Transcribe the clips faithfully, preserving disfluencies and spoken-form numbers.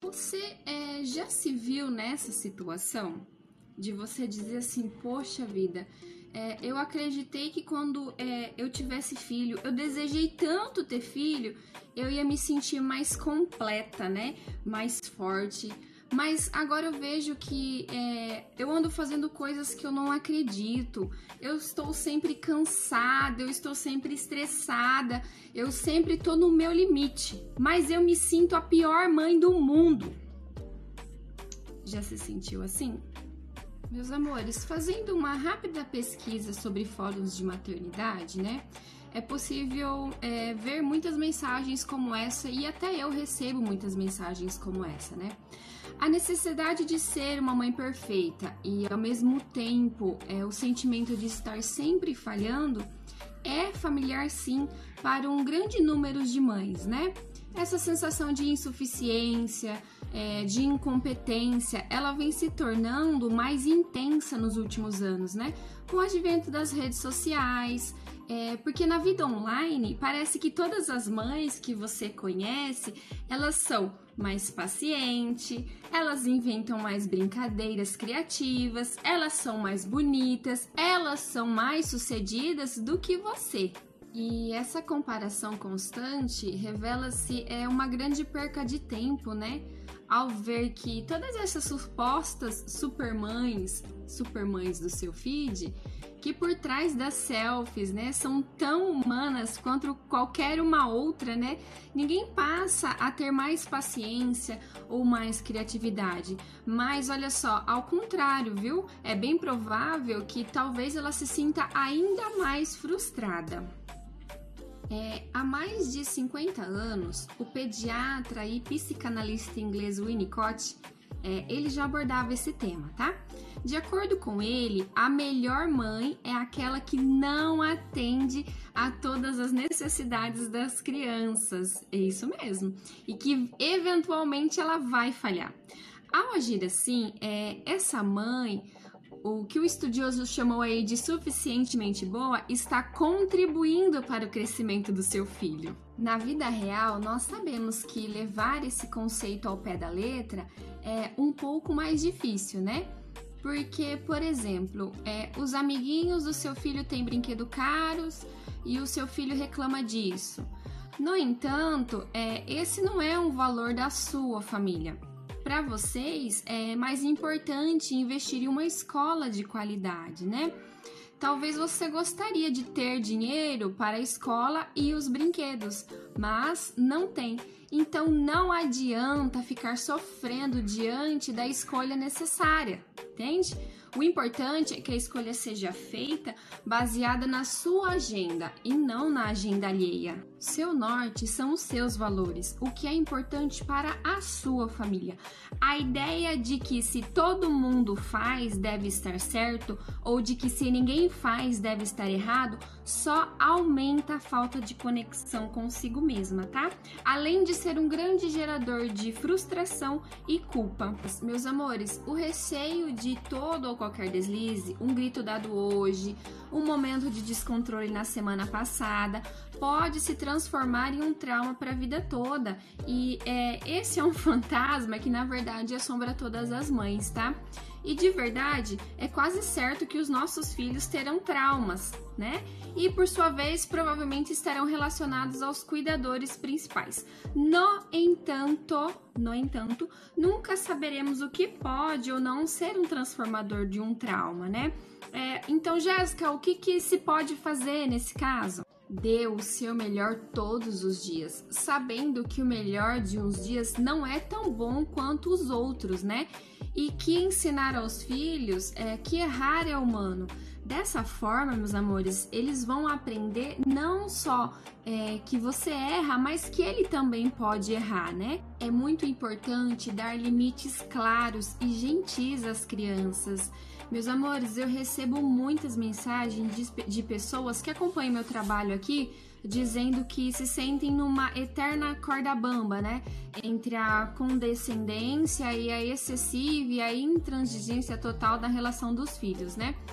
Você é, já se viu nessa situação de você dizer assim, poxa vida, é, eu acreditei que quando é, eu tivesse filho, eu desejei tanto ter filho, eu ia me sentir mais completa, né? Mais forte. Mas agora eu vejo que é, eu ando fazendo coisas que eu não acredito, eu estou sempre cansada, eu estou sempre estressada, eu sempre estou no meu limite, mas eu me sinto a pior mãe do mundo. Já se sentiu assim? Meus amores, fazendo uma rápida pesquisa sobre fóruns de maternidade, né? É possível é, ver muitas mensagens como essa e até eu recebo muitas mensagens como essa, né? A necessidade de ser uma mãe perfeita e, ao mesmo tempo, é, o sentimento de estar sempre falhando é familiar, sim, para um grande número de mães, né? Essa sensação de insuficiência, é, de incompetência, ela vem se tornando mais intensa nos últimos anos, né? Com o advento das redes sociais, é, porque na vida online parece que todas as mães que você conhece, elas são mais pacientes, elas inventam mais brincadeiras criativas, elas são mais bonitas, elas são mais sucedidas do que você. E essa comparação constante revela-se é uma grande perca de tempo, né? Ao ver que todas essas supostas supermães, supermães do seu feed, que por trás das selfies, né, são tão humanas quanto qualquer uma outra, né? Ninguém passa a ter mais paciência ou mais criatividade. Mas olha só, ao contrário, viu? É bem provável que talvez ela se sinta ainda mais frustrada. É, há mais de cinquenta anos, o pediatra e psicanalista inglês Winnicott, é, ele já abordava esse tema, tá? De acordo com ele, a melhor mãe é aquela que não atende a todas as necessidades das crianças, é isso mesmo, e que eventualmente ela vai falhar. Ao agir assim, é, essa mãe, o que o estudioso chamou aí de suficientemente boa, está contribuindo para o crescimento do seu filho. Na vida real, nós sabemos que levar esse conceito ao pé da letra é um pouco mais difícil, né? Porque, por exemplo, é, os amiguinhos do seu filho têm brinquedos caros e o seu filho reclama disso. No entanto, é, esse não é um valor da sua família. Para vocês é mais importante investir em uma escola de qualidade, né? Talvez você gostaria de ter dinheiro para a escola e os brinquedos, mas não tem. Então não adianta ficar sofrendo diante da escolha necessária, entende? O importante é que a escolha seja feita baseada na sua agenda e não na agenda alheia. Seu norte são os seus valores, o que é importante para a sua família. A ideia de que se todo mundo faz deve estar certo ou de que se ninguém faz deve estar errado só aumenta a falta de conexão consigo mesma, tá? Além de ser um grande gerador de frustração e culpa. Meus amores, o receio de todo ou qualquer deslize, um grito dado hoje, um momento de descontrole na semana passada, pode se transformar em um trauma para a vida toda. E é, esse é um fantasma que, na verdade, assombra todas as mães, tá? E de verdade, é quase certo que os nossos filhos terão traumas, né? E por sua vez, provavelmente estarão relacionados aos cuidadores principais. No entanto, no entanto, nunca saberemos o que pode ou não ser um transformador de um trauma, né? É, então, Jéssica, o que, que se pode fazer nesse caso? Dê o seu melhor todos os dias, sabendo que o melhor de uns dias não é tão bom quanto os outros, né? E que ensinar aos filhos é que errar é humano. Dessa forma, meus amores, eles vão aprender não só é, que você erra, mas que ele também pode errar, né? É muito importante dar limites claros e gentis às crianças. Meus amores, eu recebo muitas mensagens de, de pessoas que acompanham meu trabalho aqui, dizendo que se sentem numa eterna corda bamba, né? Entre a condescendência e a excessiva e a intransigência total da relação dos filhos, né?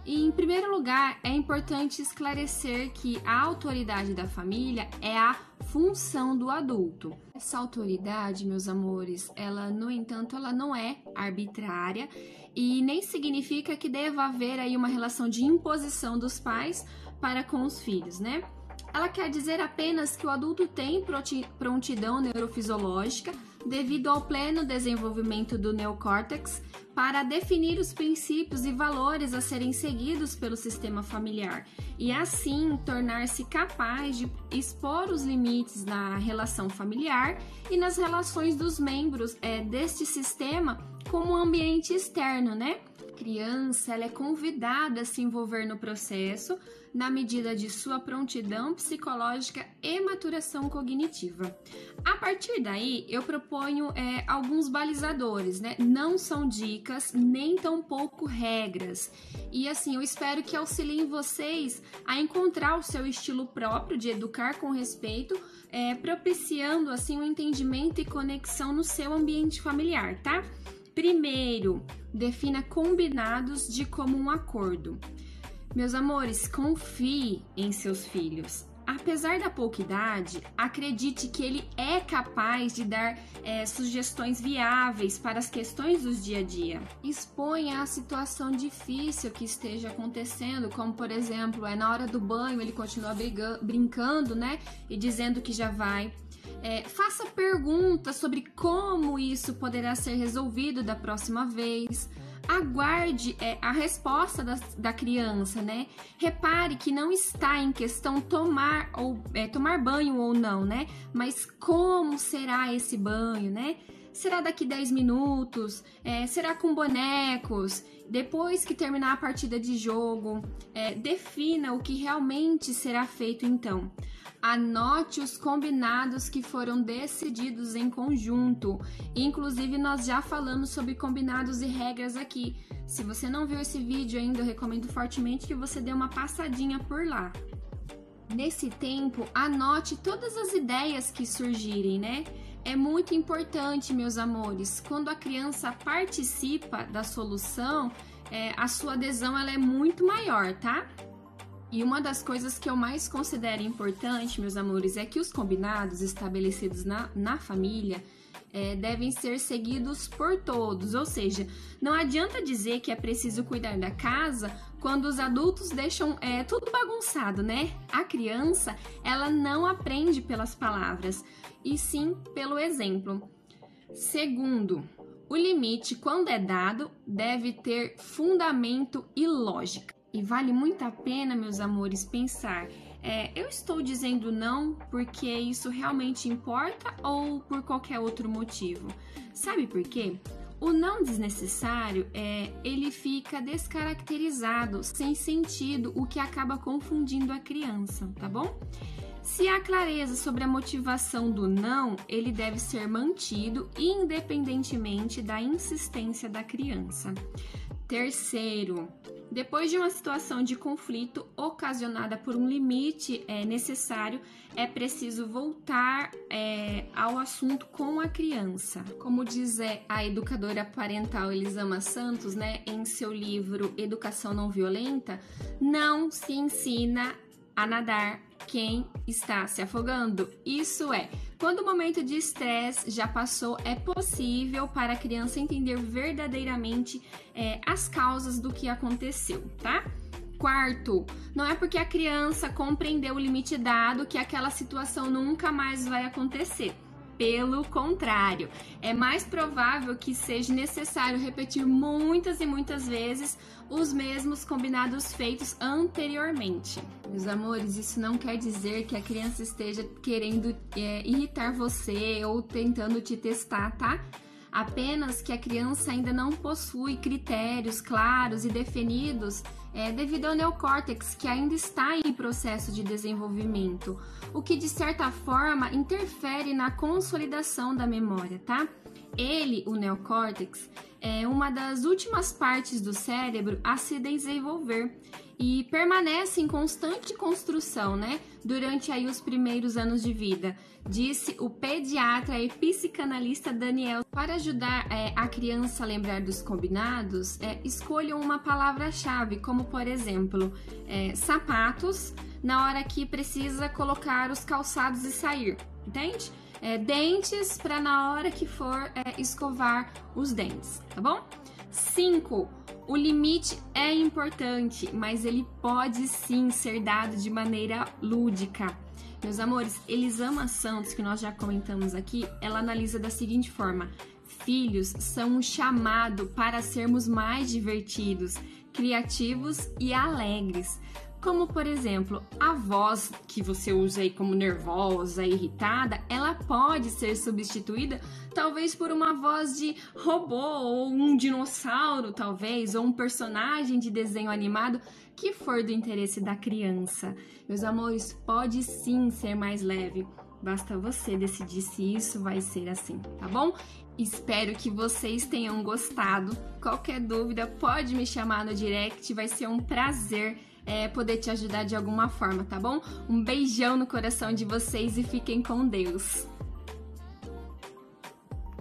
E, em primeiro lugar, é importante esclarecer que a autoridade da família é a função do adulto. Essa autoridade, meus amores, ela, no entanto, ela não é arbitrária e nem significa que deva haver aí uma relação de imposição dos pais para com os filhos, né? Ela quer dizer apenas que o adulto tem prontidão neurofisiológica devido ao pleno desenvolvimento do neocórtex para definir os princípios e valores a serem seguidos pelo sistema familiar e assim tornar-se capaz de expor os limites na relação familiar e nas relações dos membros é, deste sistema como um ambiente externo, né? A criança ela é convidada a se envolver no processo na medida de sua prontidão psicológica e maturação cognitiva. A partir daí, eu proponho é, alguns balizadores, né? Não são dicas, nem tampouco regras. E assim, eu espero que auxiliem vocês a encontrar o seu estilo próprio de educar com respeito, é, propiciando assim um entendimento e conexão no seu ambiente familiar, tá? Primeiro, defina combinados de comum acordo. Meus amores, confie em seus filhos. Apesar da pouca idade, acredite que ele é capaz de dar é, sugestões viáveis para as questões do dia a dia. Exponha a situação difícil que esteja acontecendo, como por exemplo, é na hora do banho ele continua brigando, brincando, né? E dizendo que já vai. É, faça perguntas sobre como isso poderá ser resolvido da próxima vez. Aguarde é, a resposta da, da criança, né? Repare que não está em questão tomar ou é, tomar banho ou não, né? Mas como será esse banho, né? Será daqui dez minutos? É, será com bonecos? Depois que terminar a partida de jogo, é, defina o que realmente será feito então. Anote os combinados que foram decididos em conjunto. Inclusive, nós já falamos sobre combinados e regras aqui. Se você não viu esse vídeo ainda, eu recomendo fortemente que você dê uma passadinha por lá. Nesse tempo, anote todas as ideias que surgirem, né? É muito importante, meus amores, quando a criança participa da solução, é, a sua adesão ela é muito maior, tá? E uma das coisas que eu mais considero importante, meus amores, é que os combinados estabelecidos na, na família é, devem ser seguidos por todos. Ou seja, não adianta dizer que é preciso cuidar da casa quando os adultos deixam é, tudo bagunçado, né? A criança, ela não aprende pelas palavras, e sim pelo exemplo. Segundo, o limite, quando é dado, deve ter fundamento e lógica. E vale muito a pena, meus amores, pensar, é, eu estou dizendo não porque isso realmente importa ou por qualquer outro motivo? Sabe por quê? O não desnecessário, é, ele fica descaracterizado, sem sentido, o que acaba confundindo a criança, tá bom? Se há clareza sobre a motivação do não, ele deve ser mantido independentemente da insistência da criança. Terceiro, depois de uma situação de conflito ocasionada por um limite é, necessário, é preciso voltar é, ao assunto com a criança. Como diz é, a educadora parental Elisama Santos, né, em seu livro Educação Não Violenta, não se ensina a nadar quem está se afogando. Isso é, quando o momento de estresse já passou, é possível para a criança entender verdadeiramente é, as causas do que aconteceu, tá? Quarto, não é porque a criança compreendeu o limite dado que aquela situação nunca mais vai acontecer. Pelo contrário, é mais provável que seja necessário repetir muitas e muitas vezes os mesmos combinados feitos anteriormente. Meus amores, isso não quer dizer que a criança esteja querendo é, irritar você ou tentando te testar, tá? Apenas que a criança ainda não possui critérios claros e definidos é, devido ao neocórtex, que ainda está em processo de desenvolvimento, o que de certa forma interfere na consolidação da memória, tá? Ele, o neocórtex, é uma das últimas partes do cérebro a se desenvolver e permanece em constante construção, né, durante aí os primeiros anos de vida, disse o pediatra e psicanalista Daniel. Para ajudar é, a criança a lembrar dos combinados, é, escolham uma palavra-chave, como por exemplo, é, sapatos, na hora que precisa colocar os calçados e sair, entende? É, dentes para na hora que for é, escovar os dentes, tá bom? cinco. O limite é importante, mas ele pode sim ser dado de maneira lúdica. Meus amores, Elisama Santos, que nós já comentamos aqui, ela analisa da seguinte forma: filhos são um chamado para sermos mais divertidos, criativos e alegres. Como, por exemplo, a voz que você usa aí como nervosa, irritada, ela pode ser substituída talvez por uma voz de robô ou um dinossauro, talvez, ou um personagem de desenho animado que for do interesse da criança. Meus amores, pode sim ser mais leve. Basta você decidir se isso vai ser assim, tá bom? Espero que vocês tenham gostado. Qualquer dúvida, pode me chamar no direct, vai ser um prazer É, poder te ajudar de alguma forma, tá bom? Um beijão no coração de vocês e fiquem com Deus!